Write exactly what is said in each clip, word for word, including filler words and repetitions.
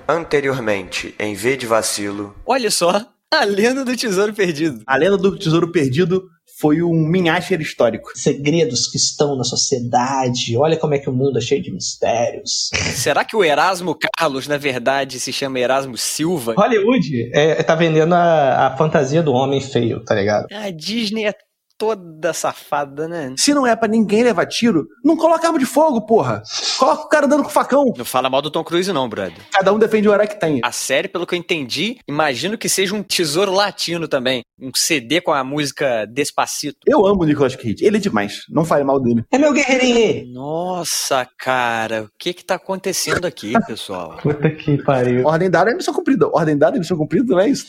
Anteriormente, em V de Vacilo. Olha só, a lenda do Tesouro Perdido. A lenda do Tesouro Perdido foi um minhasher histórico. Segredos que estão na sociedade. Olha como é que o mundo é cheio de mistérios. Será que o Erasmo Carlos, na verdade, se chama Erasmo Silva? Hollywood é, tá vendendo a, a fantasia do homem feio, tá ligado? A Disney é toda safada, né? Se não é pra ninguém levar tiro, não coloca arma de fogo, porra. Coloca o cara dando com facão. Não fala mal do Tom Cruise não, brother. Cada um defende o herói que tem. A série, pelo que eu entendi, imagino que seja um tesouro latino também. Um C D com a música Despacito. Eu amo o Nicolas Cage. Ele é demais. Não fale mal dele. É meu guerreirinho. Nossa, cara. O que que tá acontecendo aqui, pessoal? Puta que pariu. Ordem dada é missão cumprida. Ordem dada é missão cumprida, não é isso?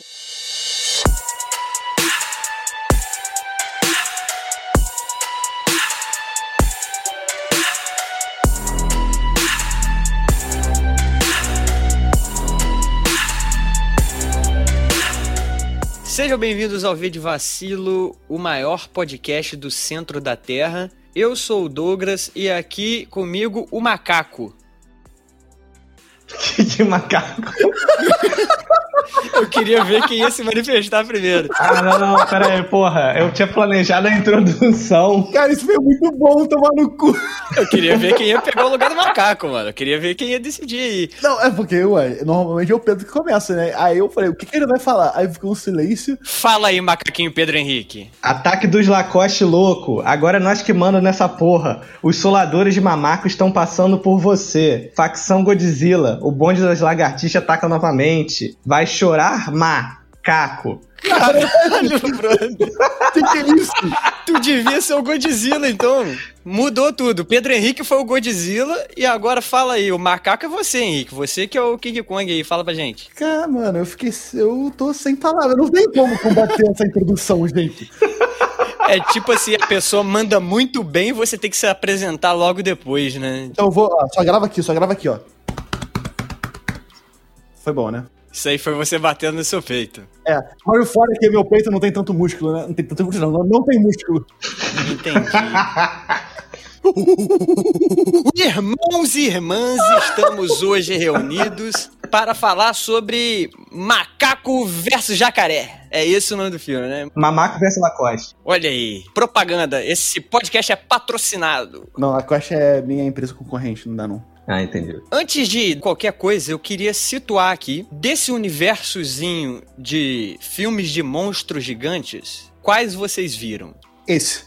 Sejam bem-vindos ao V de Vacilo, o maior podcast do centro da Terra. Eu sou o Douglas e aqui comigo o Macaco. Que, que macaco? Eu queria ver quem ia se manifestar primeiro. Ah, não, não, pera aí, porra. Eu tinha planejado a introdução. Cara, isso foi muito bom, tomar no cu. Eu queria ver quem ia pegar o lugar do Macaco, mano. Eu queria ver quem ia decidir aí. Não, é porque, ué, normalmente é o Pedro que começa, né? Aí eu falei, o que, que ele vai falar? Aí ficou um silêncio. Fala aí, Macaquinho Pedro Henrique. Ataque dos Lacoste louco. Agora é nós que manda nessa porra. Os soladores de mamaco estão passando por você. Facção Godzilla. O bonde das lagartixas ataca novamente. Vai chorar, macaco. Caralho, brother. Que que é isso? Tu devia ser o Godzilla, então. Mudou tudo. Pedro Henrique foi o Godzilla e agora fala aí, o macaco é você, Henrique. Você que é o King Kong aí, fala pra gente. Cara, mano, eu fiquei... Eu tô sem palavras. Não tem como combater essa introdução, gente. É tipo assim, a pessoa manda muito bem e você tem que se apresentar logo depois, né? Então eu vou... Ó, só grava aqui, só grava aqui, ó. Foi bom, né? Isso aí foi você batendo no seu peito. É, mas o fora é que meu peito não tem tanto músculo, né? Não tem tanto músculo, não. Não tem músculo. Entendi. Irmãos e irmãs, estamos hoje reunidos para falar sobre Macaco versus Jacaré. É esse o nome do filme, né? Mamaco versus Lacoste. Olha aí, propaganda. Esse podcast é patrocinado. Não, a Costa é minha empresa concorrente, não dá não. Ah, entendi. Antes de qualquer coisa, eu queria situar aqui, desse universozinho de filmes de monstros gigantes, quais vocês viram? Esse.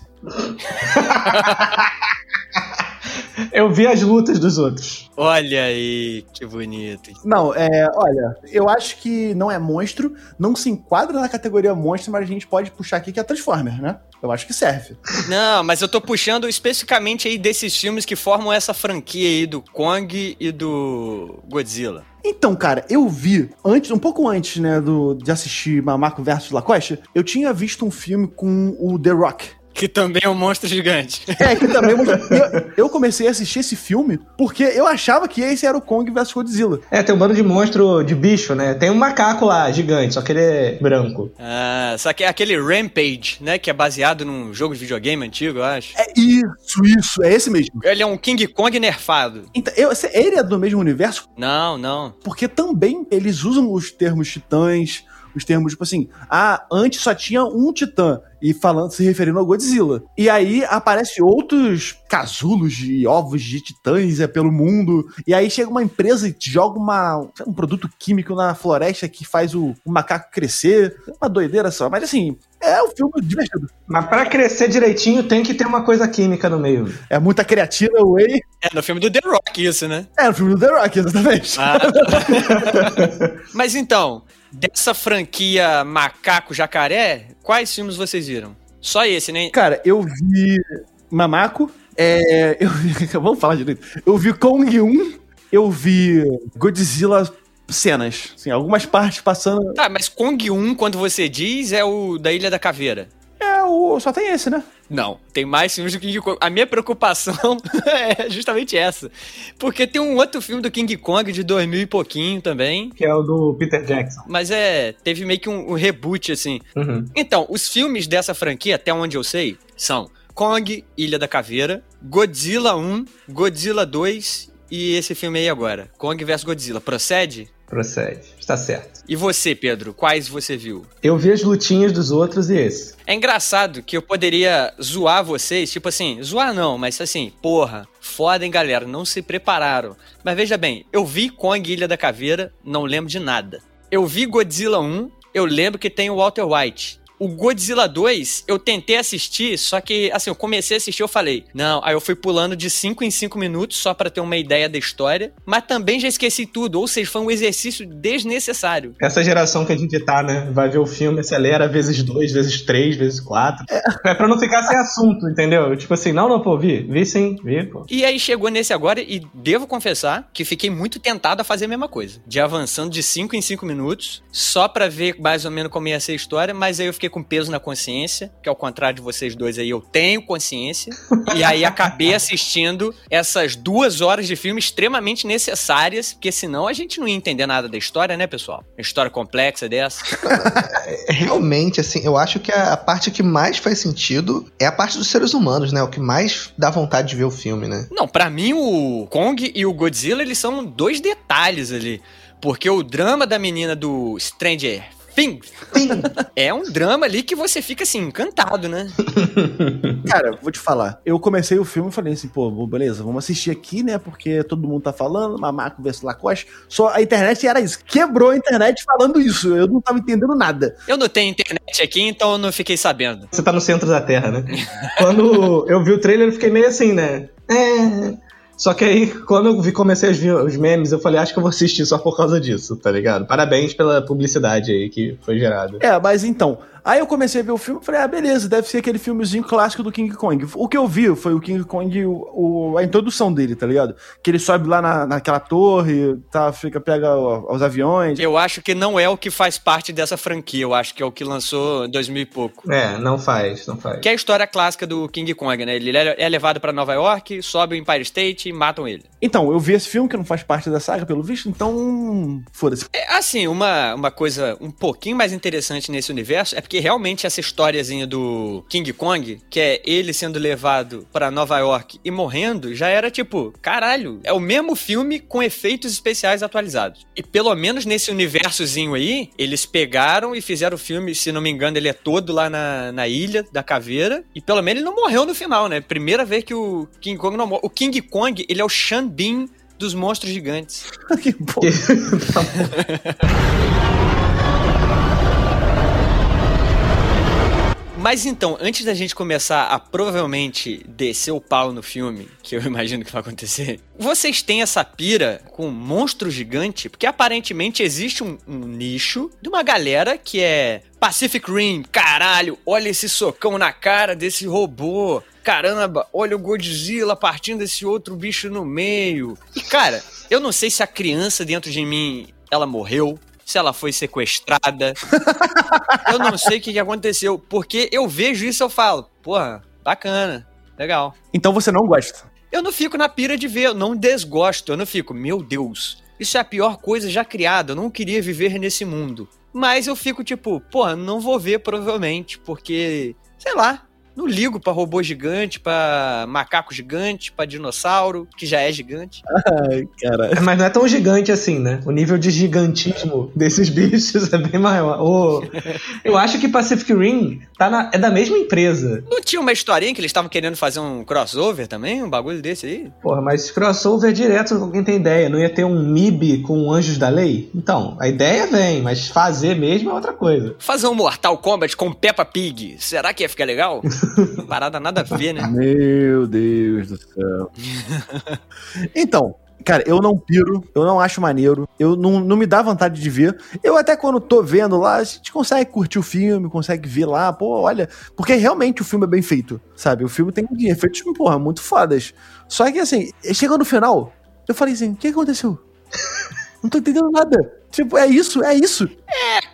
Eu vi as lutas dos outros. Olha aí, que bonito. Não, é, olha, eu acho que não é monstro, não se enquadra na categoria monstro, mas a gente pode puxar aqui que é Transformers, né? Eu acho que serve. Não, mas eu tô puxando especificamente aí desses filmes que formam essa franquia aí do Kong e do Godzilla. Então, cara, eu vi, antes, um pouco antes, né, do, de assistir Mamaco versus Lacoste, eu tinha visto um filme com o The Rock. Que também é um monstro gigante. É, que também... eu, eu comecei a assistir esse filme porque eu achava que esse era o Kong versus Godzilla. É, tem um bando de monstro de bicho, né? Tem um macaco lá, gigante, só que ele é branco. Ah, só que é aquele Rampage, né? Que é baseado num jogo de videogame antigo, eu acho. É isso, isso, é esse mesmo. Ele é um King Kong nerfado. Então, eu, ele é do mesmo universo? Não, não. Porque também eles usam os termos titãs, os termos, tipo assim, ah, antes só tinha um titã, e falando, se referindo ao Godzilla. E aí aparece outros casulos de ovos de titãs é, pelo mundo, e aí chega uma empresa e joga uma, um produto químico na floresta que faz o, o macaco crescer. Uma doideira só, mas assim, é um filme divertido. Mas pra crescer direitinho tem que ter uma coisa química no meio. É muita creatina, whey. É no filme do The Rock isso, né? É no filme do The Rock, exatamente. Ah. Mas então... Dessa franquia Macaco Jacaré, quais filmes vocês viram? Só esse, né? Cara, eu vi Mamaco, é, eu vi, vamos falar direito. Eu vi Kong um, eu vi Godzilla cenas, assim, algumas partes passando... Tá, mas Kong um, quando você diz, é o da Ilha da Caveira. É, o, só tem esse, né? Não, tem mais filmes do King Kong. A minha preocupação é justamente essa. Porque tem um outro filme do King Kong de dois mil e pouquinho também. Que é o do Peter Jackson. Mas é, teve meio que um, um reboot, assim. Uhum. Então, os filmes dessa franquia, até onde eu sei, são Kong, Ilha da Caveira, Godzilla um, Godzilla dois e esse filme aí agora, Kong versus Godzilla. Procede? Procede. Está certo. E você, Pedro? Quais você viu? Eu vi as lutinhas dos outros e esse. É engraçado que eu poderia zoar vocês, tipo assim, zoar não, mas assim, porra, foda, hein, galera, não se prepararam. Mas veja bem, eu vi Kong Ilha da Caveira, não lembro de nada. Eu vi Godzilla um, eu lembro que tem o Walter White. O Godzilla dois, eu tentei assistir, só que, assim, eu comecei a assistir, eu falei, não, aí eu fui pulando de cinco em cinco minutos só pra ter uma ideia da história, mas também já esqueci tudo, ou seja, foi um exercício desnecessário. Essa geração que a gente tá, né, vai ver o filme, acelera vezes dois, vezes três, vezes quatro. É, é pra não ficar sem assunto, entendeu? Tipo assim, não, não, pô, vi, vi sim, vi, pô. E aí chegou nesse agora e devo confessar que fiquei muito tentado a fazer a mesma coisa, de avançando de cinco em cinco minutos, só pra ver mais ou menos como ia ser a história, mas aí eu fiquei com peso na consciência, que ao contrário de vocês dois aí, eu tenho consciência, e aí acabei assistindo essas duas horas de filme extremamente necessárias, porque senão a gente não ia entender nada da história, né, pessoal? Uma história complexa dessa. Realmente, assim, eu acho que a parte que mais faz sentido é a parte dos seres humanos, né? O que mais dá vontade de ver o filme, né? Não, pra mim o Kong e o Godzilla, eles são dois detalhes ali, porque o drama da menina do Stranger Things é um drama ali que você fica assim, encantado, né? Cara, vou te falar. Eu comecei o filme e falei assim, pô, beleza, vamos assistir aqui, né? Porque todo mundo tá falando, Mamaco versus Lacoste. Só a internet era isso. Quebrou a internet falando isso. Eu não tava entendendo nada. Eu não tenho internet aqui, então eu não fiquei sabendo. Você tá no centro da Terra, né? Quando eu vi o trailer, eu fiquei meio assim, né? É... Só que aí, quando eu vi, comecei a ver os memes, eu falei, acho que eu vou assistir só por causa disso, tá ligado? Parabéns pela publicidade aí que foi gerada. É, mas então... Aí eu comecei a ver o filme e falei, ah, beleza, deve ser aquele filmezinho clássico do King Kong. O que eu vi foi o King Kong, o, o, a introdução dele, tá ligado? Que ele sobe lá na, naquela torre, tá, fica, pega os aviões. Eu acho que não é o que faz parte dessa franquia, eu acho que é o que lançou em dois mil e pouco. É, não faz, não faz. Que é a história clássica do King Kong, né? Ele é levado pra Nova York, sobe o Empire State e matam ele. Então, eu vi esse filme que não faz parte da saga, pelo visto, então... Foda-se. É, assim, uma, uma coisa um pouquinho mais interessante nesse universo é porque realmente essa historiazinha do King Kong, que é ele sendo levado pra Nova York e morrendo, já era tipo, caralho, é o mesmo filme com efeitos especiais atualizados. E pelo menos nesse universozinho aí, eles pegaram e fizeram o filme, se não me engano, ele é todo lá na, na Ilha da Caveira, e pelo menos ele não morreu no final, né? Primeira vez que o King Kong não morre. O King Kong, ele é o Sean Bean dos monstros gigantes. Que bom. Mas então, antes da gente começar a provavelmente descer o pau no filme, que eu imagino que vai acontecer, vocês têm essa pira com monstro gigante? Porque aparentemente existe um, um nicho de uma galera que é Pacific Rim, caralho, olha esse socão na cara desse robô, caramba, olha o Godzilla partindo desse outro bicho no meio. E cara, eu não sei se a criança dentro de mim, ela morreu, se ela foi sequestrada. Eu não sei o que, que aconteceu, porque eu vejo isso e eu falo, porra, bacana, legal. Então você não gosta? Eu não fico na pira de ver, eu não desgosto, eu não fico, meu Deus, isso é a pior coisa já criada, eu não queria viver nesse mundo. Mas eu fico tipo, porra, não vou ver provavelmente, porque, sei lá, não ligo pra robô gigante, pra macaco gigante, pra dinossauro, que já é gigante. Ai, cara. Mas não é tão gigante assim, né? O nível de gigantismo desses bichos é bem maior. Oh, eu acho que Pacific Rim tá na, é da mesma empresa. Não tinha uma historinha que eles estavam querendo fazer um crossover também? Um bagulho desse aí? Porra, mas crossover direto, alguém tem ideia. Não ia ter um M I B com Anjos da Lei? Então, a ideia vem, mas fazer mesmo é outra coisa. Fazer um Mortal Kombat com Peppa Pig, será que ia ficar legal? Parada nada a ver, né? Meu Deus do céu. Então, cara, eu não piro, eu não acho maneiro, eu não, não me dá vontade de ver. Eu até quando tô vendo lá, a gente consegue curtir o filme, consegue ver lá, pô, olha, porque realmente o filme é bem feito, sabe? O filme tem efeitos, porra, muito fodas. Só que assim, chegou no final, eu falei assim, o que aconteceu? Não tô entendendo nada. Tipo, é isso, é isso. É,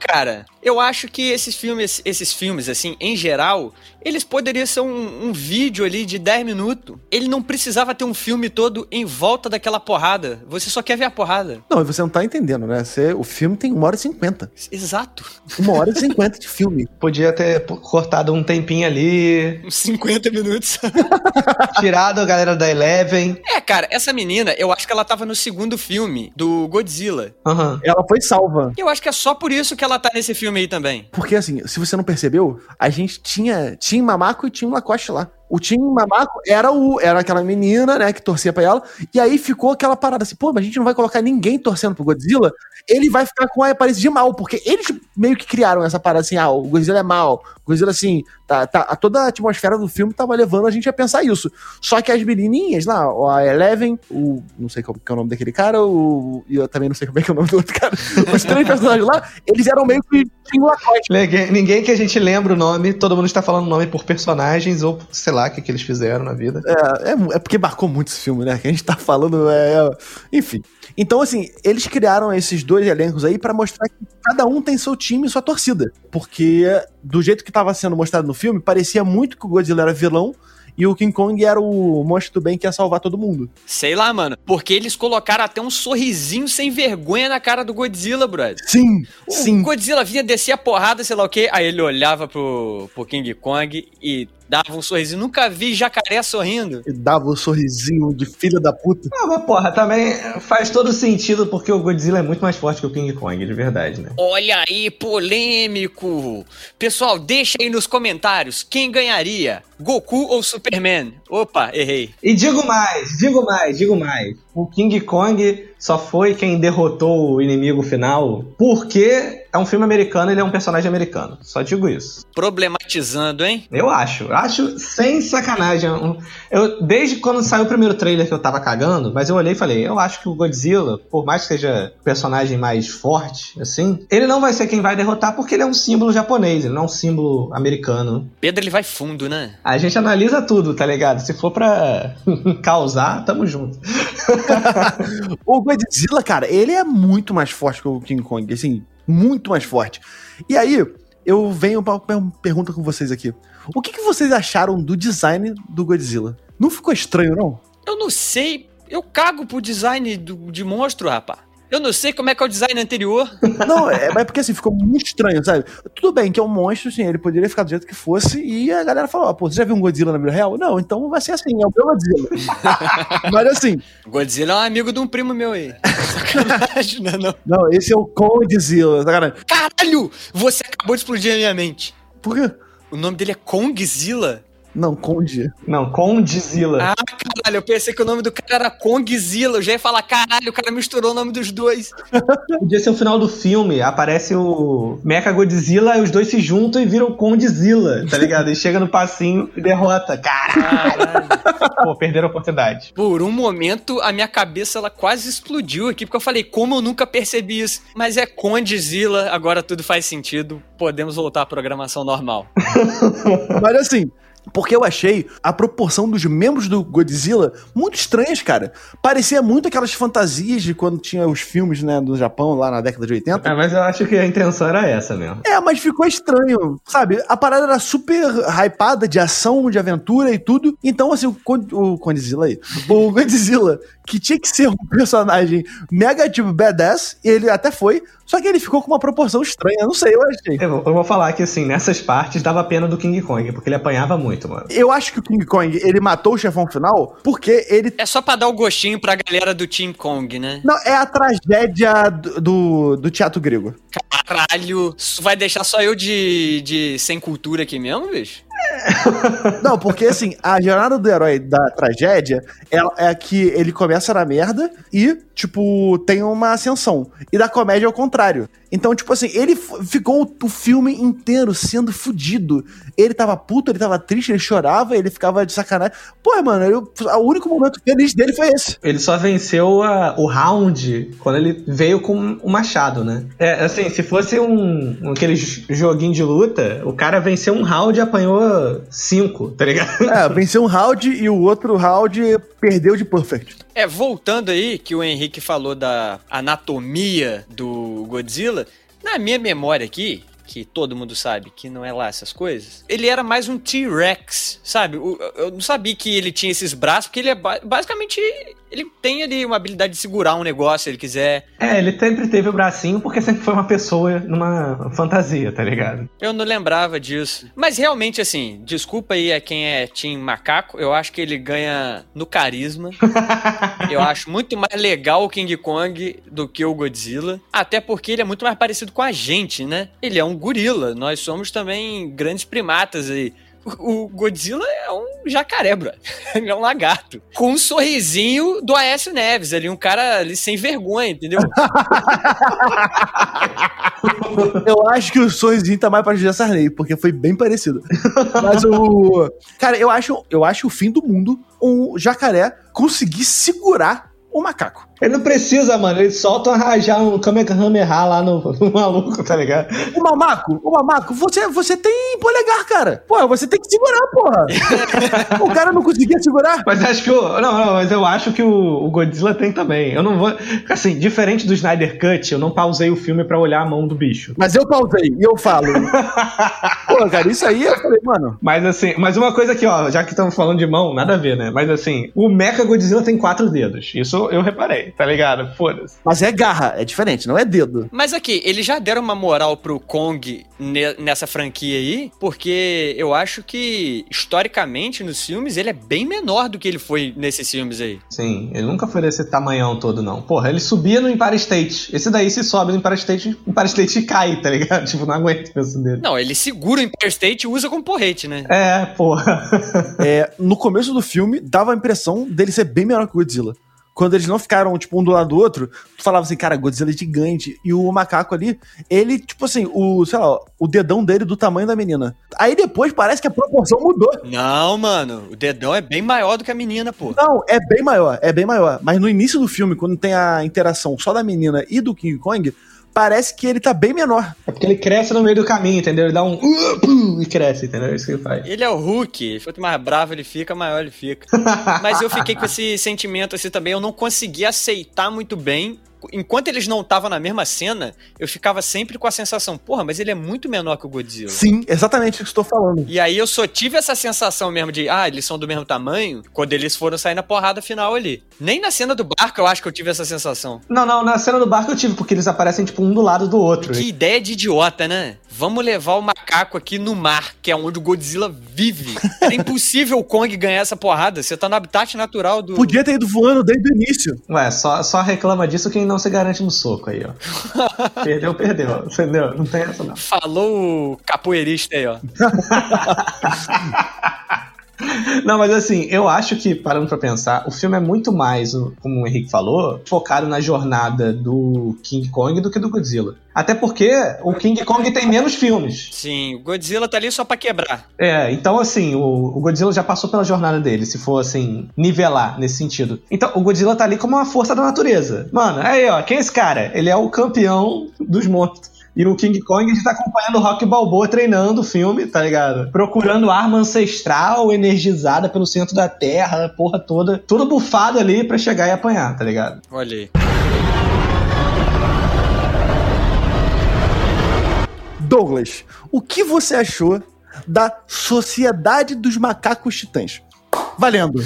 cara, eu acho que esses filmes, esses filmes, assim, em geral, eles poderiam ser um, um vídeo ali de dez minutos. Ele não precisava ter um filme todo em volta daquela porrada. Você só quer ver a porrada. Não, você não tá entendendo, né? Você, o filme tem uma hora e cinquenta. Exato. Uma hora e cinquenta de filme. Podia ter cortado um tempinho ali. Uns cinquenta minutos. Tirado a galera da Eleven. É, cara, essa menina, eu acho que ela tava no segundo filme do Godzilla. Uhum. Ela foi salva. Eu acho que é só por isso que ela tá nesse filme aí também. Porque, assim, se você não percebeu, a gente tinha Tim Mamaco e Tim Lacoste lá. O Tim Mamaco era, o, era aquela menina, né, que torcia pra ela, e aí ficou aquela parada assim, pô, mas a gente não vai colocar ninguém torcendo pro Godzilla, ele vai ficar com a aparência de mal, porque eles meio que criaram essa parada assim, ah, o Godzilla é mal, o Godzilla, assim, tá, tá, toda a atmosfera do filme tava levando a gente a pensar isso. Só que as menininhas lá, a Eleven, o, não sei qual que é o nome daquele cara, o, e eu também não sei como é que é o nome do outro cara, os três personagens lá, eles eram meio que Tim Lacoste. Ninguém, ninguém que a gente lembra o nome, todo mundo está falando o nome por personagens ou sei lá o que, que eles fizeram na vida. É, é, é porque marcou muito esse filme, né? Que a gente tá falando, é, é, enfim. Então, assim, eles criaram esses dois elencos aí pra mostrar que cada um tem seu time e sua torcida. Porque do jeito que tava sendo mostrado no filme, parecia muito que o Godzilla era vilão e o King Kong era o monstro do bem que ia salvar todo mundo. Sei lá, mano. Porque eles colocaram até um sorrisinho sem vergonha na cara do Godzilla, brother. Sim, o sim. O Godzilla vinha descer a porrada, sei lá o quê, aí ele olhava pro, pro King Kong e dava um sorrisinho. Nunca vi jacaré sorrindo. E dava um sorrisinho de filha da puta. Ah, mas porra, também faz todo sentido porque o Godzilla é muito mais forte que o King Kong, de verdade, né? Olha aí, polêmico. Pessoal, deixa aí nos comentários quem ganharia, Goku ou Superman? Opa, errei. E digo mais, digo mais, digo mais. O King Kong só foi quem derrotou o inimigo final porque é um filme americano, ele é um personagem americano. Só digo isso. Problematizando, hein? Eu acho. Eu acho sem sacanagem. Eu, desde quando saiu o primeiro trailer que eu tava cagando, mas eu olhei e falei, eu acho que o Godzilla, por mais que seja o personagem mais forte, assim, ele não vai ser quem vai derrotar porque ele é um símbolo japonês, ele não é um símbolo americano. Pedro, ele vai fundo, né? A gente analisa tudo, tá ligado? Se for pra causar, tamo junto. O Godzilla, cara, ele é muito mais forte que o King Kong, assim, muito mais forte. E aí, eu venho pra uma pergunta com vocês aqui. O que, que vocês acharam do design do Godzilla? Não ficou estranho, não? Eu não sei. Eu cago pro design do, de monstro, rapaz. Eu não sei como é que é o design anterior. Não, é, é porque assim, ficou muito estranho, sabe? Tudo bem que é um monstro, assim, ele poderia ficar do jeito que fosse, e a galera falou, ó, pô, você já viu um Godzilla na vida real? Não, então vai ser assim, é o meu Godzilla. Mas assim... Godzilla é um amigo de um primo meu aí. Sacanagem, não, não. Não, esse é o Godzilla, sacanagem. Caralho! Você acabou de explodir a minha mente. Por quê? O nome dele é Kongzilla? Não, Conde. Não, Condzilla. Ah, caralho, eu pensei que o nome do cara era Kongzilla. Eu já ia falar, caralho, o cara misturou o nome dos dois. Podia ser o final do filme, aparece o Mechagodzilla e os dois se juntam e viram Condzilla, tá ligado? E chega no passinho e derrota. Caralho! Pô, perderam a oportunidade. Por um momento, a minha cabeça ela quase explodiu aqui, porque eu falei, como eu nunca percebi isso? Mas é Condzilla, agora tudo faz sentido. Podemos voltar à programação normal. Mas assim... Porque eu achei a proporção dos membros do Godzilla muito estranhas, cara. Parecia muito aquelas fantasias de quando tinha os filmes, né, do Japão, lá na década de oitenta. É, mas eu acho que a intenção era essa mesmo. É, mas ficou estranho, sabe? A parada era super hypada de ação, de aventura e tudo. Então, assim, o, o Godzilla aí, o Godzilla, que tinha que ser um personagem mega, tipo, badass, ele até foi, só que ele ficou com uma proporção estranha, não sei, eu achei. Eu, eu vou falar que, assim, nessas partes dava pena do King Kong, porque ele apanhava muito, mano. Eu acho que o King Kong, ele matou o chefão final porque ele... É só pra dar o gostinho pra galera do Team Kong, né? Não, é a tragédia do, do, do teatro grego. Caralho, isso vai deixar só eu de, de sem cultura aqui mesmo, bicho? Não, porque assim, a jornada do herói da tragédia ela é que ele começa na merda e, tipo, tem uma ascensão. E da comédia é o contrário. Então, tipo assim, ele f- ficou o filme inteiro sendo fudido. Ele tava puto, ele tava triste, ele chorava, ele ficava de sacanagem. Pô, mano, eu, o único momento feliz dele foi esse. Ele só venceu a, o round quando ele veio com o machado, né? É, assim, se fosse um, um aquele joguinho de luta, o cara venceu um round e apanhou cinco, tá ligado? É, venceu um round e o outro round perdeu de perfect. É, voltando aí, que o Henrique falou da anatomia do Godzilla, Na minha memória aqui, que todo mundo sabe que não é lá essas coisas, ele era mais um T-Rex, sabe? Eu não sabia que ele tinha esses braços, porque ele é basicamente... Ele tem ali uma habilidade de segurar um negócio, se ele quiser. É, ele sempre teve o bracinho porque sempre foi uma pessoa numa fantasia, tá ligado? Eu não lembrava disso. Mas realmente, assim, desculpa aí a quem é Team Macaco, eu acho que ele ganha no carisma. Eu acho muito mais legal o King Kong do que o Godzilla. Até porque ele é muito mais parecido com a gente, né? Ele é um gorila. Nós somos também grandes primatas aí. O Godzilla é um jacaré, bro. Ele é um lagarto. Com um sorrisinho do Aécio Neves ali, um cara ali sem vergonha, entendeu? Eu acho que o sorrisinho tá mais pra José Sarney, porque foi bem parecido. Mas o... Cara, eu acho, eu acho o fim do mundo um jacaré conseguir segurar o macaco. Ele não precisa, mano. Ele solta uma rajar, um Kamehameha lá no, no maluco, tá ligado? O mamaco, o mamaco, você, você tem polegar, cara. Pô, você tem que segurar, porra. O cara não conseguia segurar. Mas acho que o... Não, não, mas eu acho que o, o Godzilla tem também. Eu não vou... Assim, diferente do Snyder Cut, eu não pausei o filme pra olhar a mão do bicho. Mas eu pausei e eu falo. Pô, cara, isso aí eu falei, mano... Mas assim, mas uma coisa aqui, ó, já que estamos falando de mão, nada a ver, né? Mas assim, o Mecha Godzilla tem quatro dedos. Isso eu reparei. Tá ligado? Foda-se. Mas é garra, é diferente, não é dedo. Mas aqui, eles já deram uma moral pro Kong ne- nessa franquia aí, porque eu acho que, historicamente, nos filmes, ele é bem menor do que ele foi nesses filmes aí. Sim, ele nunca foi desse tamanhão todo, não. Porra, ele subia no Empire State. Esse daí, se sobe no Empire State, o Empire State cai, tá ligado? Tipo, não aguenta o peso dele. Não, ele segura o Empire State e usa como porrete, né? É, porra. É, no começo do filme, dava a impressão dele ser bem menor que o Godzilla. Quando eles não ficaram, tipo, um do lado do outro, tu falava assim, cara, Godzilla é gigante. E o macaco ali, ele, tipo assim, o, sei lá, o dedão dele do tamanho da menina. Aí depois parece que a proporção mudou. Não, mano, o dedão é bem maior do que a menina, pô. Não, é bem maior, é bem maior. Mas no início do filme, quando tem a interação só da menina e do King Kong, parece que ele tá bem menor. É porque ele cresce no meio do caminho, entendeu? Ele dá um... Uh, e cresce, entendeu? É isso que ele faz. Ele é o Hulk. Quanto mais bravo ele fica, maior ele fica. Mas eu fiquei com esse sentimento assim também. Eu não consegui aceitar muito bem. Enquanto eles não estavam na mesma cena, eu ficava sempre com a sensação, porra, mas ele é muito menor que o Godzilla. Sim, exatamente o que estou falando. E aí eu só tive essa sensação mesmo de, ah, eles são do mesmo tamanho, quando eles foram sair na porrada final ali. Nem na cena do barco eu acho que eu tive essa sensação. Não, não, na cena do barco eu tive, porque eles aparecem, tipo, um do lado do outro. Que ideia de idiota, né? Vamos levar o macaco aqui no mar, que é onde o Godzilla vive. Era impossível o Kong ganhar essa porrada. Você tá no habitat natural do... Podia ter ido voando desde o início. Ué, só, só reclama disso quem não se garante no soco aí, ó. Perdeu, perdeu, entendeu? Não tem essa, não. Falou o capoeirista aí, ó. Não, mas assim, eu acho que, parando pra pensar, o filme é muito mais, como o Henrique falou, focado na jornada do King Kong do que do Godzilla. Até porque o King Kong tem menos filmes. Sim, o Godzilla tá ali só pra quebrar. É, então assim, o, o Godzilla já passou pela jornada dele, se for assim, nivelar nesse sentido. Então, o Godzilla tá ali como uma força da natureza. Mano, aí ó, quem é esse cara? Ele é o campeão dos monstros. E o King Kong, a gente tá acompanhando o Rocky Balboa treinando o filme, tá ligado? Procurando arma ancestral, energizada pelo centro da Terra, a porra toda. Tudo bufado ali pra chegar e apanhar, tá ligado? Olha aí. Douglas, o que você achou da Sociedade dos Macacos Titãs? Valendo.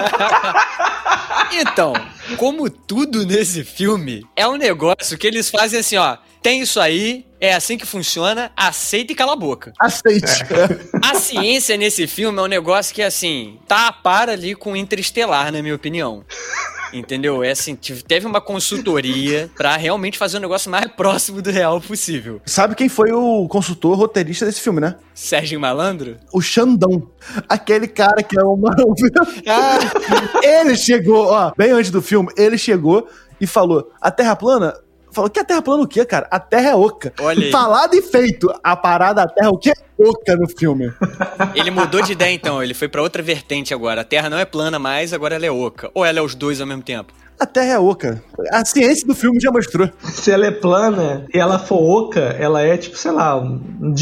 Então, como tudo nesse filme, é um negócio que eles fazem assim, ó. Tem isso aí, é assim que funciona, aceita e cala a boca. Aceite. É. A ciência nesse filme é um negócio que, assim, tá a par ali com Interestelar, na minha opinião. Entendeu? É assim, teve uma consultoria pra realmente fazer um negócio mais próximo do real possível. Sabe quem foi o consultor roteirista desse filme, né? Sérgio Malandro? O Xandão. Aquele cara que é uma... Ah, ele chegou, ó, bem antes do filme, ele chegou e falou, a Terra plana... Falou, que a Terra plana o quê, cara? A Terra é oca. Olha aí. Falado e feito. A parada da Terra, o que é oca no filme? Ele mudou de ideia, então. Ele foi pra outra vertente agora. A Terra não é plana mais, agora ela é oca. Ou ela é os dois ao mesmo tempo? A Terra é oca. A ciência do filme já mostrou. Se ela é plana e ela for oca, ela é tipo, sei lá, um, um disco.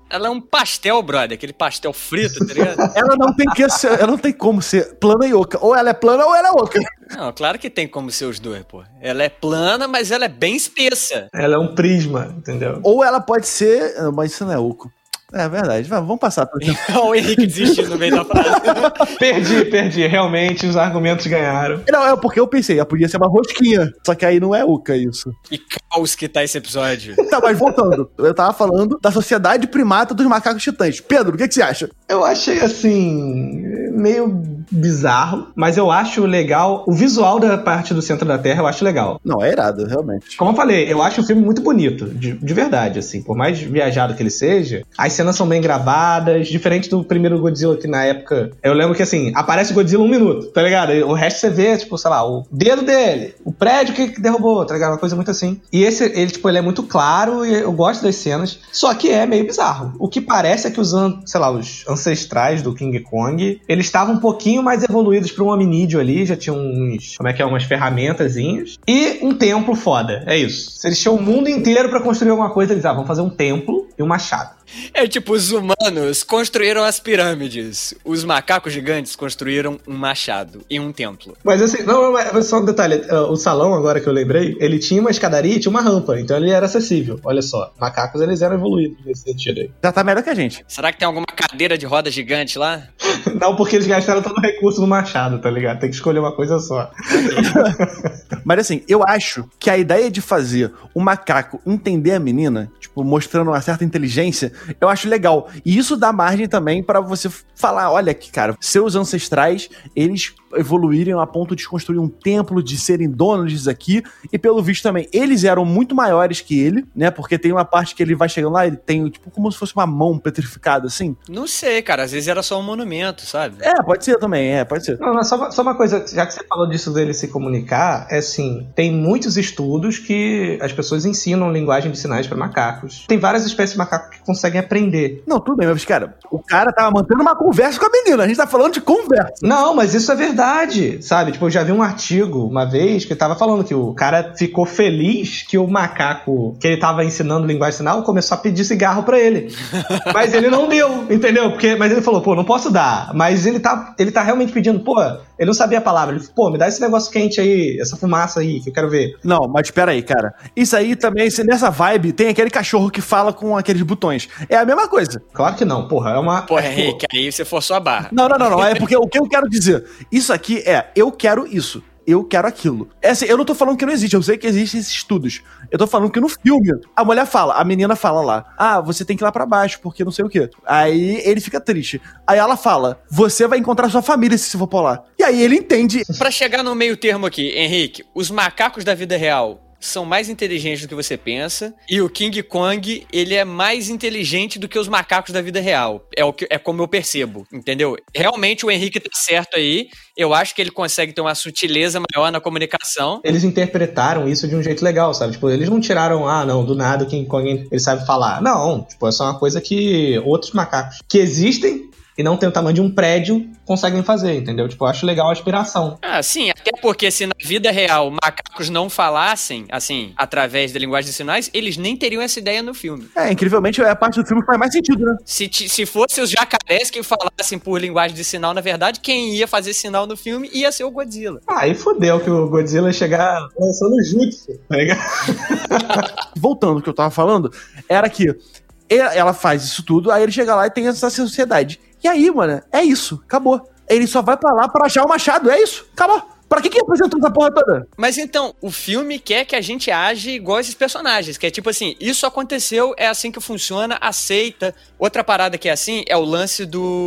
Ela é um pastel, brother. Aquele pastel frito, tá ligado? Ela não tem que ser, ela não tem como ser plana e oca. Ou ela é plana ou ela é oca. Não, claro que tem como ser os dois, pô. Ela é plana, mas ela é bem espessa. Ela é um prisma, entendeu? Ou ela pode ser... Mas isso não é oco. É verdade, vamos passar. Olha o Henrique desistindo no meio da frase. Perdi, perdi. Realmente, os argumentos ganharam. Não, é porque eu pensei, ela podia ser uma rosquinha. Só que aí não é oca isso. Que caos que tá esse episódio. Tá, mas voltando. Eu tava falando da sociedade primata dos macacos titãs. Pedro, o que, que você acha? Eu achei, assim, meio bizarro, mas eu acho legal. O visual da parte do centro da Terra eu acho legal. Não, é irado, realmente. Como eu falei, eu acho o filme muito bonito, de, de verdade, assim. Por mais viajado que ele seja, as cenas são bem gravadas, diferente do primeiro Godzilla, que na época... Eu lembro que, assim, aparece o Godzilla um minuto, tá ligado? O resto você vê, tipo, sei lá, o dedo dele, o prédio que derrubou, tá ligado? Uma coisa muito assim. E esse, ele, tipo, ele é muito claro e eu gosto das cenas, só que é meio bizarro. O que parece é que os, sei lá, os ancestrais do King Kong, eles estavam um pouquinho mais evoluídos para um hominídeo ali, já tinham uns, como é que é, umas ferramentazinhas, e um templo foda, é isso. Se eles tinham o mundo inteiro para construir alguma coisa, eles, ah, vão fazer um templo e um machado. É tipo, os humanos construíram as pirâmides. Os macacos gigantes construíram um machado e um templo. Mas assim, não, mas só um detalhe. O salão, agora que eu lembrei, ele tinha uma escadaria e tinha uma rampa. Então ele era acessível. Olha só, macacos, eles eram evoluídos nesse sentido aí. Já tá melhor que a gente. Será que tem alguma cadeira de roda gigante lá? Não, porque eles gastaram todo o recurso no machado, tá ligado? Tem que escolher uma coisa só. Mas assim, eu acho que a ideia de fazer o macaco entender a menina, tipo, mostrando uma certa inteligência, eu acho legal. E isso dá margem também pra você falar, olha aqui, cara, seus ancestrais, eles evoluírem a ponto de construir um templo, de serem donos disso aqui, e pelo visto também, eles eram muito maiores que ele, né, porque tem uma parte que ele vai chegando lá, ele tem, tipo, como se fosse uma mão petrificada, assim. Não sei, cara, às vezes era só um monumento, sabe? É, pode ser também, é, pode ser. Não, mas só, só uma coisa, já que você falou disso dele se comunicar, é assim, tem muitos estudos que as pessoas ensinam linguagem de sinais pra macacos. Tem várias espécies de macacos que conseguem aprender. Não, tudo bem, mas, cara, o cara tava mantendo uma conversa com a menina, a gente tá falando de conversa. Não, mas isso é verdade, sabe? Tipo, eu já vi um artigo uma vez que tava falando que o cara ficou feliz que o macaco que ele tava ensinando linguagem de sinal começou a pedir cigarro pra ele. Mas ele não deu, entendeu? Porque, mas ele falou, pô, não posso dar. Mas ele tá, ele tá realmente pedindo, pô, ele não sabia a palavra. Ele falou, pô, me dá esse negócio quente aí, essa fumaça aí, que eu quero ver. Não, mas espera aí, cara. Isso aí também, nessa vibe, tem aquele cachorro que fala com aqueles botões. É a mesma coisa. Claro que não, porra, é uma... Porra, é, Henrique, aí você forçou a barra. Não, não, não, não. É porque o que eu quero dizer, isso aqui é, eu quero isso. Eu quero aquilo. É assim, eu não tô falando que não existe, eu sei que existem esses estudos. Eu tô falando que no filme, a mulher fala, a menina fala lá, ah, você tem que ir lá pra baixo, porque não sei o quê. Aí ele fica triste. Aí ela fala, você vai encontrar sua família se você for pra lá. E aí ele entende. Pra chegar no meio termo aqui, Henrique, os macacos da vida real são mais inteligentes do que você pensa, e o King Kong, ele é mais inteligente do que os macacos da vida real. É, o que, é como eu percebo, entendeu? Realmente o Henrique tá certo aí, eu acho que ele consegue ter uma sutileza maior na comunicação. Eles interpretaram isso de um jeito legal, sabe? Tipo, eles não tiraram, ah, não, do nada o King Kong, ele sabe falar. Não, tipo, é só uma coisa que outros macacos que existem e não tem o tamanho de um prédio, conseguem fazer, entendeu? Tipo, eu acho legal a inspiração. Ah, sim, até porque se na vida real macacos não falassem, assim, através da linguagem de sinais, eles nem teriam essa ideia no filme. É, incrivelmente, é a parte do filme que faz mais sentido, né? Se, se fosse os jacarés que falassem por linguagem de sinal, na verdade, quem ia fazer sinal no filme ia ser o Godzilla. Ah, aí fodeu que o Godzilla ia chegar lançando jutsu, tá ligado? Voltando ao que eu tava falando, era que ela faz isso tudo, aí ele chega lá e tem essa sociedade. E aí, mano, é isso, acabou. Ele só vai pra lá pra achar o machado, é isso, acabou. Pra que que apresentou essa porra toda? Mas então, o filme quer que a gente age igual esses personagens, que é tipo assim, isso aconteceu, é assim que funciona, aceita. Outra parada que é assim é o lance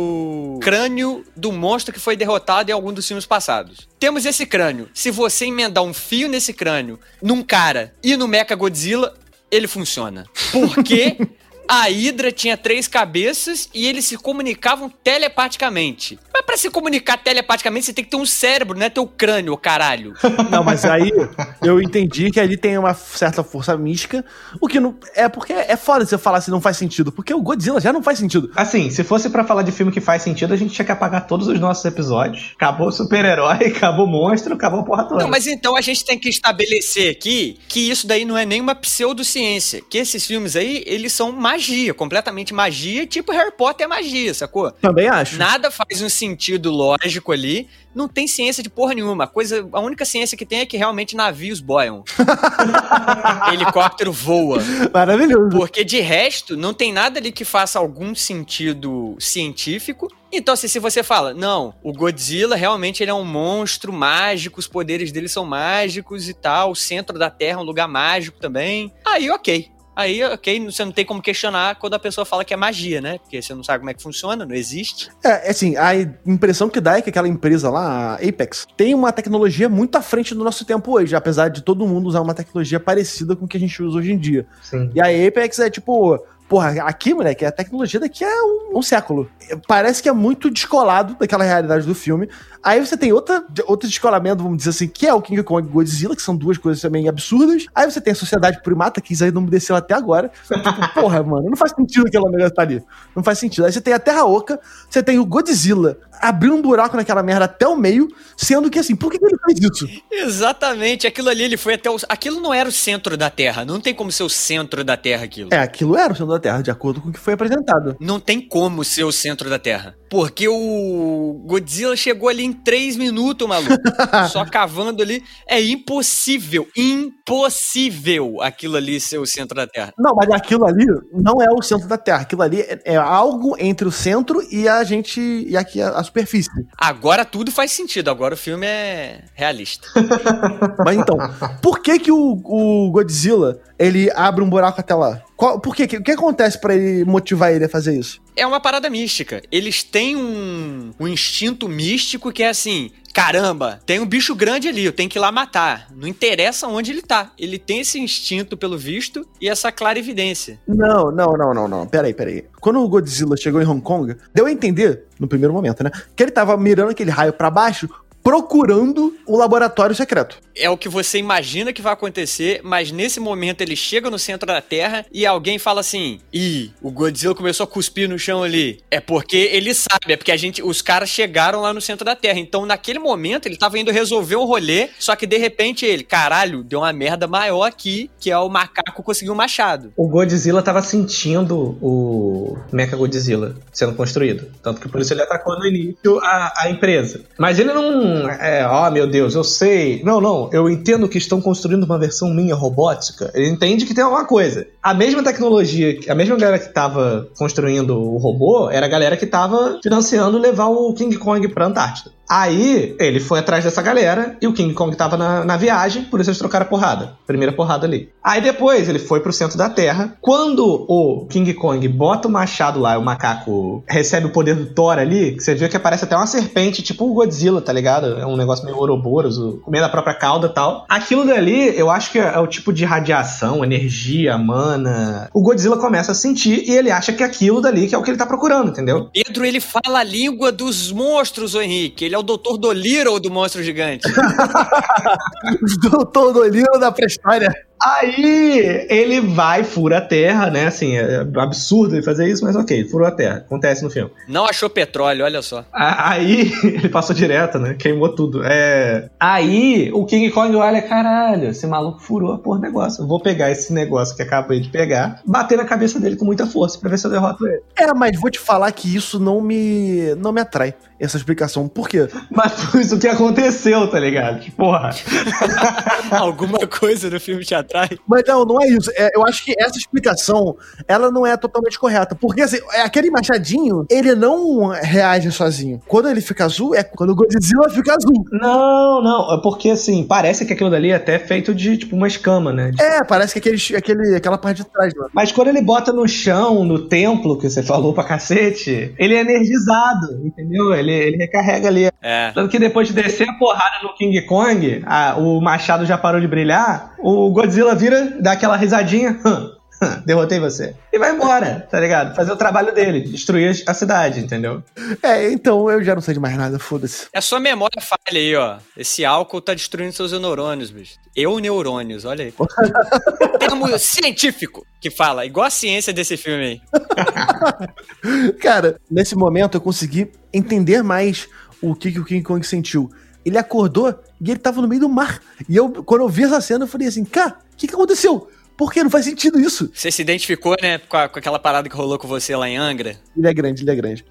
do crânio do monstro que foi derrotado em algum dos filmes passados. Temos esse crânio. Se você emendar um fio nesse crânio, num cara e no Mechagodzilla, ele funciona. Por quê? A Hydra tinha três cabeças e eles se comunicavam telepaticamente. Mas pra se comunicar telepaticamente, você tem que ter um cérebro, não é teu crânio, caralho. Não, mas aí eu entendi que ali tem uma certa força mística, o que não... É porque é foda você falar se não faz sentido, porque o Godzilla já não faz sentido. Assim, se fosse pra falar de filme que faz sentido, a gente tinha que apagar todos os nossos episódios. Acabou o super-herói, acabou o monstro, acabou a porra toda. Não, mas então a gente tem que estabelecer aqui que isso daí não é nenhuma pseudociência, que esses filmes aí, eles são magia, completamente magia, tipo Harry Potter é magia, sacou? Também acho. Nada faz um sentido lógico ali, não tem ciência de porra nenhuma. A, coisa, a única ciência que tem é que realmente navios boiam. Helicóptero voa. Maravilhoso. Porque de resto, não tem nada ali que faça algum sentido científico. Então, assim, se você fala, não, o Godzilla realmente ele é um monstro mágico, os poderes dele são mágicos e tal, o centro da Terra é um lugar mágico também, aí ok. Aí, ok, você não tem como questionar quando a pessoa fala que é magia, né? Porque você não sabe como é que funciona, não existe. É, assim, a impressão que dá é que aquela empresa lá, a Apex, tem uma tecnologia muito à frente do nosso tempo hoje, apesar de todo mundo usar uma tecnologia parecida com o que a gente usa hoje em dia. Sim. E a Apex é tipo... Porra, aqui, moleque, a tecnologia daqui é um, um século. Parece que é muito descolado daquela realidade do filme. Aí você tem outra, outro descolamento, vamos dizer assim, que é o King Kong e Godzilla, que são duas coisas também absurdas. Aí você tem a Sociedade Primata, que isso aí não me desceu até agora. Tipo, porra, mano, não faz sentido aquela merda tá ali. Não faz sentido. Aí você tem a Terra Oca, você tem o Godzilla abrindo um buraco naquela merda até o meio, sendo que assim, por que ele fez isso? Exatamente, aquilo ali, ele foi até o... Aquilo não era o centro da Terra, não tem como ser o centro da Terra aquilo. É, aquilo era o centro da Terra, de acordo com o que foi apresentado. Não tem como ser o centro da Terra. Porque o Godzilla chegou ali em três minutos, maluco. Só cavando ali. É impossível, impossível aquilo ali ser o centro da Terra. Não, mas aquilo ali não é o centro da Terra. Aquilo ali é, é algo entre o centro e a gente, e aqui a, a superfície. Agora tudo faz sentido, agora o filme é realista. Mas então, por que que o, o Godzilla, ele abre um buraco até lá? Qual, por quê? O que acontece pra ele motivar ele a fazer isso? É uma parada mística. Eles têm um, um instinto místico que é assim... Caramba, tem um bicho grande ali, eu tenho que ir lá matar. Não interessa onde ele tá. Ele tem esse instinto, pelo visto, e essa clarividência. Não, não, não, não, não. Peraí, peraí. Quando o Godzilla chegou em Hong Kong, deu a entender, no primeiro momento, né? Que ele tava mirando aquele raio pra baixo, procurando o laboratório secreto. É o que você imagina que vai acontecer, mas nesse momento ele chega no centro da Terra e alguém fala assim, ih, o Godzilla começou a cuspir no chão ali. É porque ele sabe, é porque a gente, os caras chegaram lá no centro da Terra. Então naquele momento ele tava indo resolver um rolê, só que de repente ele, caralho, deu uma merda maior aqui, que é o macaco conseguiu um machado. O Godzilla tava sentindo o Mechagodzilla sendo construído. Tanto que por isso ele atacou no início a, a empresa. Mas ele não... É, ó, oh, meu Deus, eu sei. Não, não, eu entendo que estão construindo uma versão minha robótica. Ele entende que tem alguma coisa. A mesma tecnologia, a mesma galera que tava construindo o robô, era a galera que tava financiando levar o King Kong pra Antártida. Aí, ele foi atrás dessa galera e o King Kong tava na, na viagem, por isso eles trocaram a porrada. Primeira porrada ali. Aí depois ele foi pro centro da Terra. Quando o King Kong bota o machado lá, o macaco recebe o poder do Thor ali, que você vê que aparece até uma serpente, tipo o Godzilla, tá ligado? É um negócio meio Ouroboros, comendo a própria cauda e tal. Aquilo dali, eu acho que é o tipo de radiação, energia, mana. O Godzilla começa a sentir e ele acha que é aquilo dali que é o que ele tá procurando, entendeu? Pedro, ele fala a língua dos monstros, ô Henrique. Ele é o doutor Dolittle do Monstro Gigante. doutor Dolittle da pré-história. Aí ele vai, fura a terra, né? Assim, é absurdo ele fazer isso, mas ok, furou a terra. Acontece no filme. Não achou petróleo, olha só. Aí ele passou direto, né? Queimou tudo. É... Aí o King Kong olha, caralho, esse maluco furou a porra do negócio. Eu vou pegar esse negócio que acabei de pegar, bater na cabeça dele com muita força pra ver se eu derroto ele. É, mas vou te falar que isso não me, não me atrai, essa explicação. Por quê? Mas foi isso que aconteceu, tá ligado? Tipo, porra. Alguma coisa no filme te atrai. Mas não, não é isso. É, eu acho que essa explicação, ela não é totalmente correta. Porque, assim, aquele machadinho, ele não reage sozinho. Quando ele fica azul, é quando o Godzilla fica azul. Não, não. É porque, assim, parece que aquilo dali é até feito de, tipo, uma escama, né? De... É, parece que aquele, aquele, aquela parte de trás, mano. Mas quando ele bota no chão, no templo, que você falou pra cacete, ele é energizado, entendeu? Ele, ele recarrega ali. É. Tanto que depois de descer a porrada no King Kong, a, o machado já parou de brilhar, o Godzilla vira, dá aquela risadinha, hum, derrotei você. E vai embora, tá ligado? Fazer o trabalho dele, destruir a cidade, entendeu? É, então eu já não sei de mais nada, foda-se. É sua memória falha aí, ó. Esse álcool tá destruindo seus neurônios, bicho. Euneurônios, olha aí. Termo científico que fala, igual a ciência desse filme aí. Cara, nesse momento eu consegui entender mais o que, que o King Kong sentiu. Ele acordou e ele tava no meio do mar. E eu, quando eu vi essa cena, eu falei assim, cara, o que, que aconteceu? Por que? Não faz sentido isso. Você se identificou, né, com, a, com aquela parada que rolou com você lá em Angra? Ele é grande, ele é grande.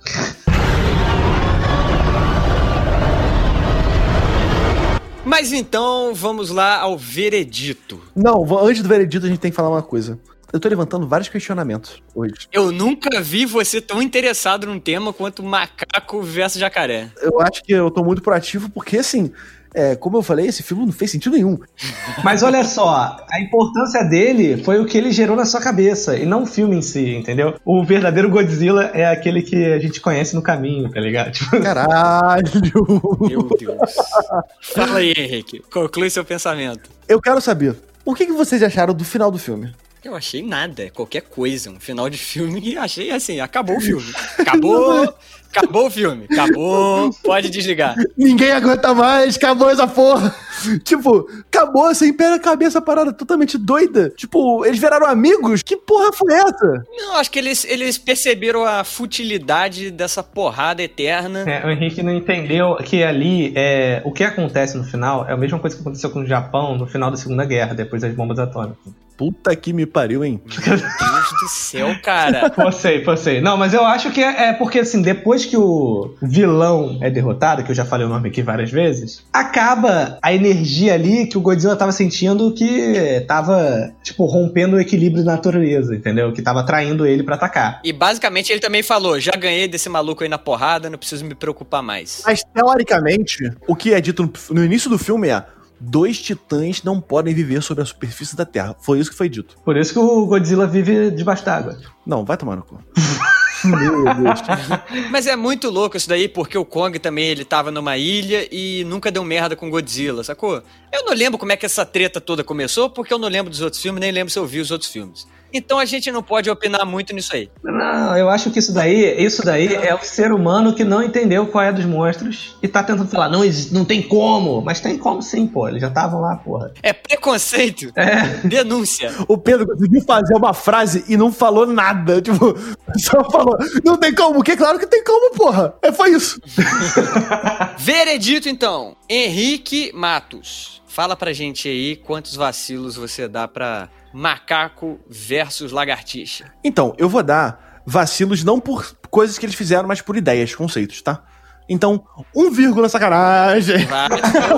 Mas então, vamos lá ao veredito. Não, antes do veredito a gente tem que falar uma coisa. Eu tô levantando vários questionamentos hoje. Eu nunca vi você tão interessado num tema quanto macaco versus jacaré. Eu acho que eu tô muito proativo porque, assim, é, como eu falei, esse filme não fez sentido nenhum. Mas olha só, a importância dele foi o que ele gerou na sua cabeça, e não o filme em si, entendeu? O verdadeiro Godzilla é aquele que a gente conhece no caminho, tá ligado? Tipo... Caralho! Meu Deus. Fala aí, Henrique. Conclui seu pensamento. Eu quero saber, o que, que vocês acharam do final do filme? Eu achei nada, qualquer coisa, um final de filme e achei assim, acabou o filme. Acabou, acabou o filme, acabou, pode desligar. Ninguém aguenta mais, acabou essa porra. Tipo, acabou assim, pé na cabeça, parada totalmente doida. Tipo, eles viraram amigos? Que porra foi essa? Não, acho que eles, eles perceberam a futilidade dessa porrada eterna. É, o Henrique não entendeu que ali, é, o que acontece no final é a mesma coisa que aconteceu com o Japão no final da Segunda Guerra, depois das bombas atômicas. Puta que me pariu, hein? Meu Deus do céu, cara. Passei, passei. Não, mas eu acho que é, é porque, assim, depois que o vilão é derrotado, que eu já falei o nome aqui várias vezes, acaba a energia ali que o Godzilla tava sentindo que tava, tipo, rompendo o equilíbrio da natureza, entendeu? Que tava atraindo ele pra atacar. E basicamente ele também falou, já ganhei desse maluco aí na porrada, não preciso me preocupar mais. Mas, teoricamente, o que é dito no, no início do filme é: dois titãs não podem viver sobre a superfície da Terra. Foi isso que foi dito. Por isso que o Godzilla vive debaixo d'água. Não, vai tomar no cu. Meu Deus. Mas é muito louco isso daí, porque o Kong também, ele tava numa ilha e nunca deu merda com Godzilla, sacou? Eu não lembro como é que essa treta toda começou, porque eu não lembro dos outros filmes, nem lembro se eu vi os outros filmes. Então a gente não pode opinar muito nisso aí. Não, eu acho que isso daí, isso daí é o ser humano que não entendeu qual é dos monstros e tá tentando falar, não, não tem como. Mas tem como sim, pô. Eles já estavam lá, porra. É preconceito. É. Denúncia. O Pedro conseguiu fazer uma frase e não falou nada. Tipo, só falou, não tem como. Que claro que tem como, porra. É, foi isso. Veredito, então. Henrique Matos. Fala pra gente aí quantos vacilos você dá pra macaco versus lagartixa. Então, eu vou dar vacilos não por coisas que eles fizeram, mas por ideias, conceitos, tá? Então, um vírgula sacanagem. Vai.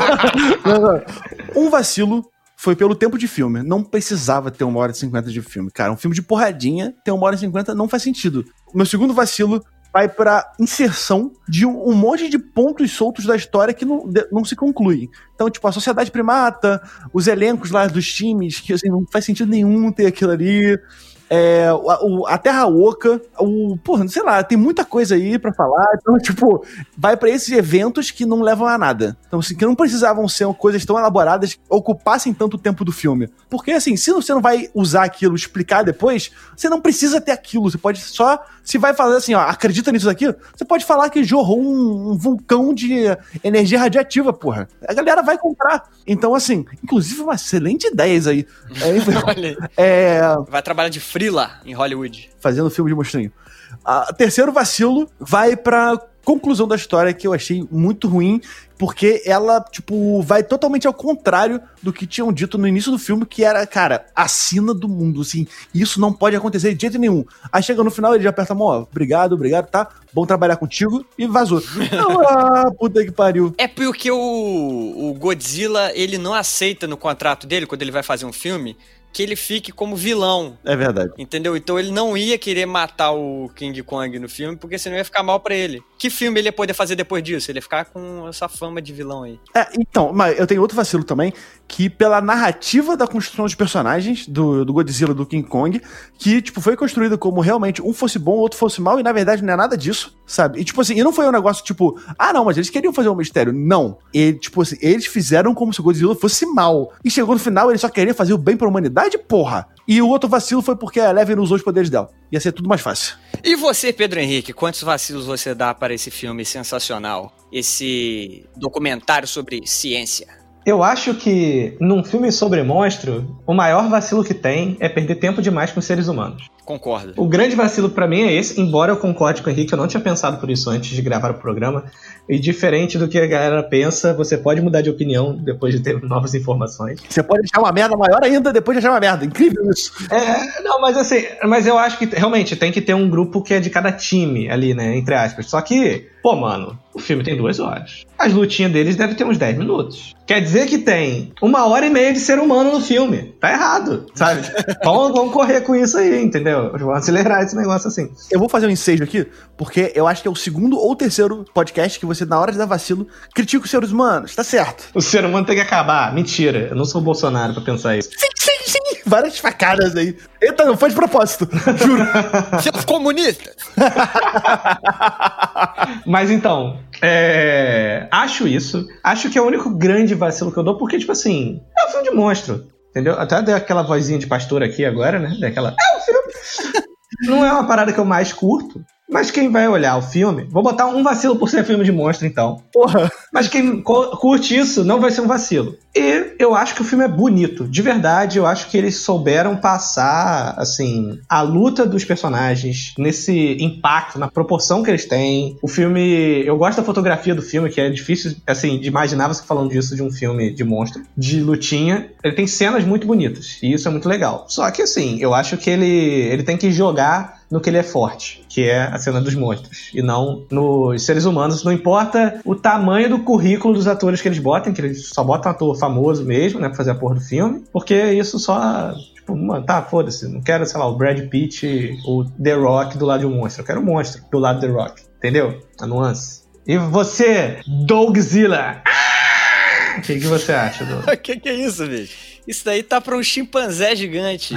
Um vacilo foi pelo tempo de filme. Não precisava ter uma hora e cinquenta de filme, cara. Um filme de porradinha ter uma hora e cinquenta não faz sentido. O meu segundo vacilo vai pra inserção de um, um monte de pontos soltos da história que não, de, não se concluem. Então, tipo, a sociedade primata, os elencos lá dos times, que assim, não faz sentido nenhum ter aquilo ali. É, o, a Terra Oca, o, porra, sei lá, tem muita coisa aí pra falar, então, tipo, vai pra esses eventos que não levam a nada. Então, assim, que não precisavam ser coisas tão elaboradas que ocupassem tanto tempo do filme. Porque, assim, se você não vai usar aquilo, explicar depois, você não precisa ter aquilo, você pode só, se vai fazer assim, ó, acredita nisso aqui, você pode falar que jorrou um, um vulcão de energia radiativa, porra. A galera vai comprar. Então, assim, inclusive, uma excelente ideia isso aí. É, é, vai trabalhar de frila em Hollywood. Fazendo filme de monstrinho. A terceiro vacilo vai pra conclusão da história, que eu achei muito ruim, porque ela, tipo, vai totalmente ao contrário do que tinham dito no início do filme, que era, cara, a sina do mundo, assim, isso não pode acontecer de jeito nenhum. Aí chega no final, ele já aperta a mão, ó, obrigado, obrigado, tá? Bom trabalhar contigo, e vazou. Ah, puta que pariu. É porque o, o Godzilla, ele não aceita no contrato dele, quando ele vai fazer um filme, que ele fique como vilão. É verdade. Entendeu? Então ele não ia querer matar o King Kong no filme, porque senão ia ficar mal pra ele. Que filme ele ia poder fazer depois disso? Ele ia ficar com essa fama de vilão aí. É, então, mas eu tenho outro vacilo também, que pela narrativa da construção dos personagens, do, do Godzilla, do King Kong, que, tipo, foi construído como realmente um fosse bom, o outro fosse mal, e na verdade não é nada disso, sabe? E, tipo assim, e não foi um negócio, tipo, ah, não, mas eles queriam fazer um mistério. Não. E, tipo assim, eles fizeram como se o Godzilla fosse mal. E chegou no final, ele só queria fazer o bem pra humanidade. velocidade, porra. E o outro vacilo foi porque a Eleven usou os poderes dela. Ia ser tudo mais fácil. E você, Pedro Henrique, quantos vacilos você dá para esse filme sensacional? Esse documentário sobre ciência? Eu acho que, num filme sobre monstro, o maior vacilo que tem é perder tempo demais com seres humanos. Concordo. O grande vacilo pra mim é esse, embora eu concorde com o Henrique, eu não tinha pensado por isso antes de gravar o programa. E diferente do que a galera pensa, você pode mudar de opinião depois de ter novas informações. Você pode achar uma merda maior ainda depois de achar uma merda. Incrível isso. É, não, mas assim, mas eu acho que realmente tem que ter um grupo que é de cada time ali, né, entre aspas. Só que, pô, mano, o filme tem duas horas. As lutinhas deles devem ter uns dez minutos. Quer dizer que tem uma hora e meia de ser humano no filme. Tá errado, sabe? vamos, vamos correr com isso aí, entendeu? Vamos acelerar esse negócio assim. Eu vou fazer um ensejo aqui, porque eu acho que é o segundo ou terceiro podcast que você, na hora de dar vacilo, critica os seres humanos. Tá certo. O ser humano tem que acabar. Mentira, eu não sou o Bolsonaro pra pensar isso. Sim, sim, sim. Várias facadas aí. Eita, não foi de propósito. Juro. Seus comunistas! Mas então, é... acho isso. Acho que é o único grande vacilo que eu dou, porque, tipo assim, é um filme de monstro. Entendeu? Até dei aquela vozinha de pastor aqui agora, né? Daquela. É um filme. Não é uma parada que eu mais curto. Mas quem vai olhar o filme... Vou botar um vacilo por ser filme de monstro, então. Porra. Mas quem curte isso não vai ser um vacilo. E eu acho que o filme é bonito. De verdade, eu acho que eles souberam passar, assim, a luta dos personagens nesse impacto, na proporção que eles têm. O filme... Eu gosto da fotografia do filme, que é difícil, assim, de imaginar você falando disso de um filme de monstro. De lutinha. Ele tem cenas muito bonitas. E isso é muito legal. Só que, assim, eu acho que ele, ele tem que jogar no que ele é forte, que é a cena dos monstros, e não nos seres humanos. Não importa o tamanho do currículo dos atores que eles botem, que eles só botam ator famoso mesmo, né, pra fazer a porra do filme, porque isso só... Tipo, mano, tá, foda-se, não quero, sei lá, o Brad Pitt, o The Rock do lado de um monstro, eu quero o monstro do lado do The Rock, entendeu? A nuance. E você, Dougzilla? O que, que você acha, Doug? O que, que é isso, bicho? Isso daí tá pra um chimpanzé gigante.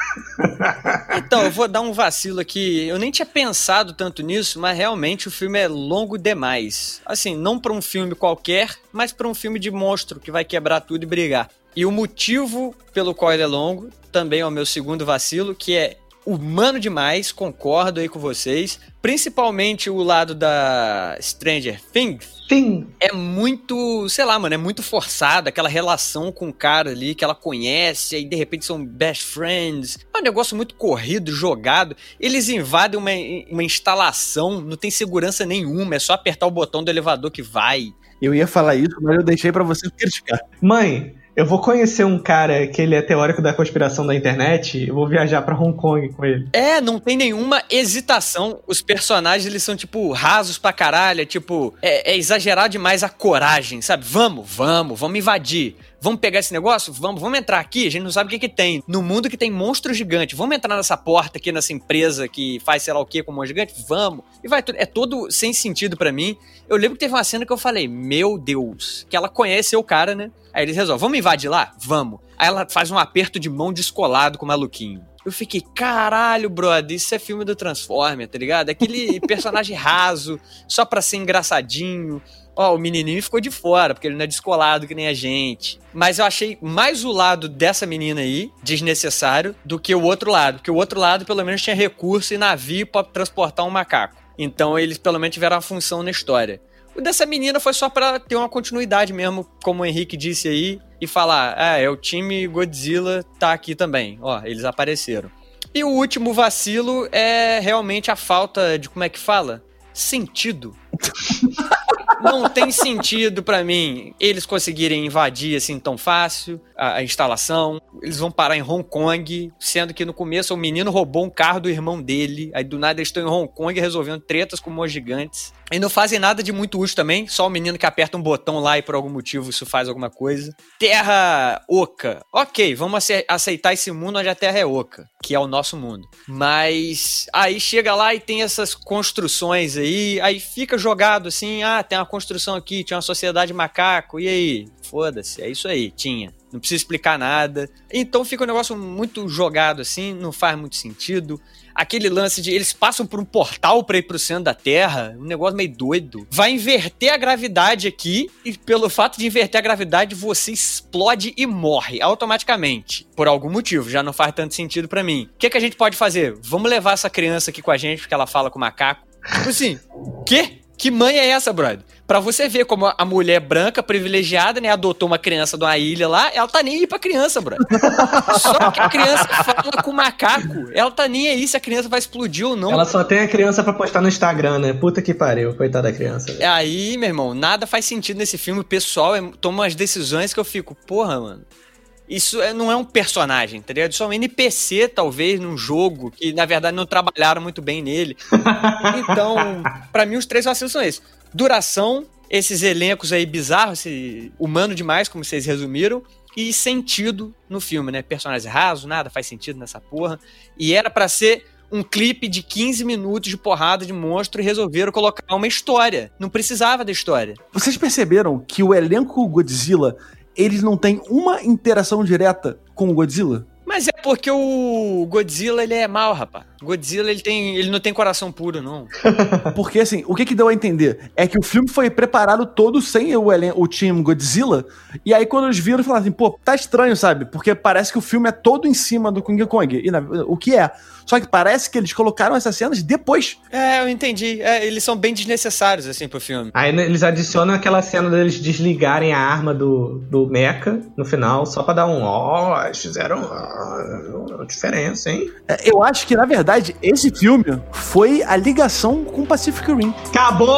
Então, eu vou dar um vacilo aqui. Eu nem tinha pensado tanto nisso, mas realmente o filme é longo demais. Assim, não pra um filme qualquer, mas pra um filme de monstro que vai quebrar tudo e brigar. E o motivo pelo qual ele é longo também é o meu segundo vacilo, que é humano demais, concordo aí com vocês. Principalmente o lado da Stranger Things. Sim. É muito, sei lá, mano, é muito forçado, aquela relação com o cara ali que ela conhece, aí de repente são best friends. É um negócio muito corrido, jogado. Eles invadem uma, uma instalação, não tem segurança nenhuma, é só apertar o botão do elevador que vai. Eu ia falar isso, mas eu deixei pra você criticar. Mãe, eu vou conhecer um cara que ele é teórico da conspiração da internet, eu vou viajar pra Hong Kong com ele. É, não tem nenhuma hesitação. Os personagens, eles são, tipo, rasos pra caralho. É, tipo, é, é exagerar demais a coragem, sabe? Vamos, vamos, vamos invadir. Vamos pegar esse negócio? Vamos, vamos entrar aqui? A gente não sabe o que que tem. No mundo que tem monstro gigante. Vamos entrar nessa porta aqui, nessa empresa que faz sei lá o que com monstro gigante? Vamos. E vai tudo. É todo sem sentido pra mim. Eu lembro que teve uma cena que eu falei, meu Deus. Que ela conhece o cara, né? Aí eles resolvem, vamos invadir lá? Vamos. Aí ela faz um aperto de mão descolado com o maluquinho. Eu fiquei, caralho, brother, isso é filme do Transformer, tá ligado? Aquele personagem raso, só pra ser engraçadinho. Ó, o menininho ficou de fora, porque ele não é descolado que nem a gente. Mas eu achei mais o lado dessa menina aí, desnecessário, do que o outro lado. Porque o outro lado, pelo menos, tinha recurso e navio pra transportar um macaco. Então eles, pelo menos, tiveram uma função na história. O dessa menina foi só pra ter uma continuidade mesmo, como o Henrique disse aí, e falar, ah, é, o time Godzilla tá aqui também. Ó, eles apareceram. E o último vacilo é realmente a falta de, como é que fala? Sentido. Não tem sentido pra mim eles conseguirem invadir assim tão fácil a, a instalação. Eles vão parar em Hong Kong, sendo que no começo o menino roubou um carro do irmão dele. Aí do nada eles estão em Hong Kong resolvendo tretas com monstros gigantes. E não fazem nada de muito útil também. Só o menino que aperta um botão lá e por algum motivo isso faz alguma coisa. Terra oca. Ok, vamos aceitar esse mundo onde a Terra é oca, que é o nosso mundo. Mas aí chega lá e tem essas construções aí. Aí fica jogado assim, ah, tem uma construção aqui, tinha uma sociedade macaco, e aí? Foda-se, é isso aí, tinha. Não precisa explicar nada. Então fica um negócio muito jogado assim, não faz muito sentido. Aquele lance de eles passam por um portal pra ir pro centro da Terra, um negócio meio doido. Vai inverter a gravidade aqui, e pelo fato de inverter a gravidade, você explode e morre automaticamente. Por algum motivo, já não faz tanto sentido pra mim. O que, que a gente pode fazer? Vamos levar essa criança aqui com a gente, porque ela fala com o macaco. Tipo assim, quê? Que mãe é essa, brother? Pra você ver como a mulher branca, privilegiada, né, adotou uma criança de uma ilha lá, ela tá nem aí pra criança, brother. Só que a criança fala com o macaco, ela tá nem aí se a criança vai explodir ou não. Ela só tem a criança pra postar no Instagram, né? Puta que pariu, coitada da criança. Véio. Aí, meu irmão, nada faz sentido nesse filme. O pessoal é, toma umas decisões que eu fico, porra, mano. Isso não é um personagem, tá ligado? Isso é um N P C, talvez, num jogo, que na verdade não trabalharam muito bem nele. Então, pra mim, os três vacilos são esses. Duração, esses elencos aí bizarros, esse humano demais, como vocês resumiram, e sentido no filme, né? Personagens rasos, nada faz sentido nessa porra. E era pra ser um clipe de quinze minutos de porrada de monstro e resolveram colocar uma história. Não precisava da história. Vocês perceberam que o elenco Godzilla, eles não têm uma interação direta com o Godzilla? Mas é porque o Godzilla, ele é mau, rapaz. Godzilla, ele, tem, ele não tem coração puro, não. Porque, assim, o que que deu a entender? É que o filme foi preparado todo sem o, elen- o time Godzilla, e aí quando eles viram, falaram assim, pô, tá estranho, sabe? Porque parece que o filme é todo em cima do King Kong. E, na, o que é? Só que parece que eles colocaram essas cenas depois. É, eu entendi. É, eles são bem desnecessários, assim, pro filme. Aí eles adicionam aquela cena deles desligarem a arma do, do mecha no final, só pra dar um ó, oh, eles fizeram oh, diferença, hein? Eu acho que, na verdade, esse filme foi a ligação com Pacific Rim. Acabou!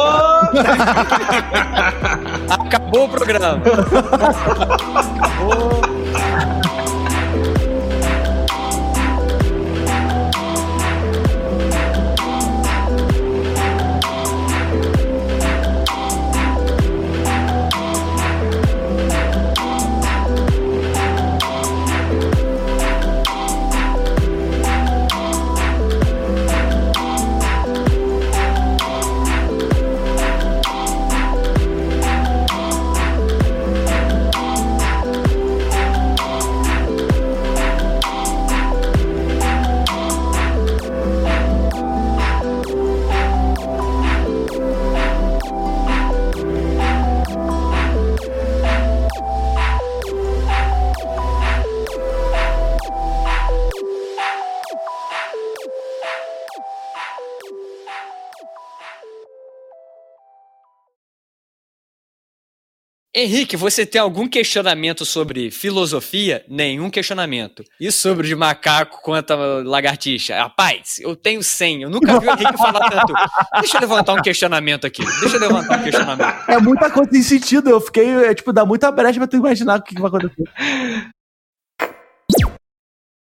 Acabou o programa. Acabou. Henrique, você tem algum questionamento sobre filosofia? Nenhum questionamento. E sobre de macaco contra lagartixa? Rapaz, eu tenho cem. Eu nunca vi o Henrique falar tanto. Deixa eu levantar um questionamento aqui. Deixa eu levantar um questionamento. É muita coisa em sentido. Eu fiquei, é, tipo, dá muita brecha pra tu imaginar o que, que vai acontecer.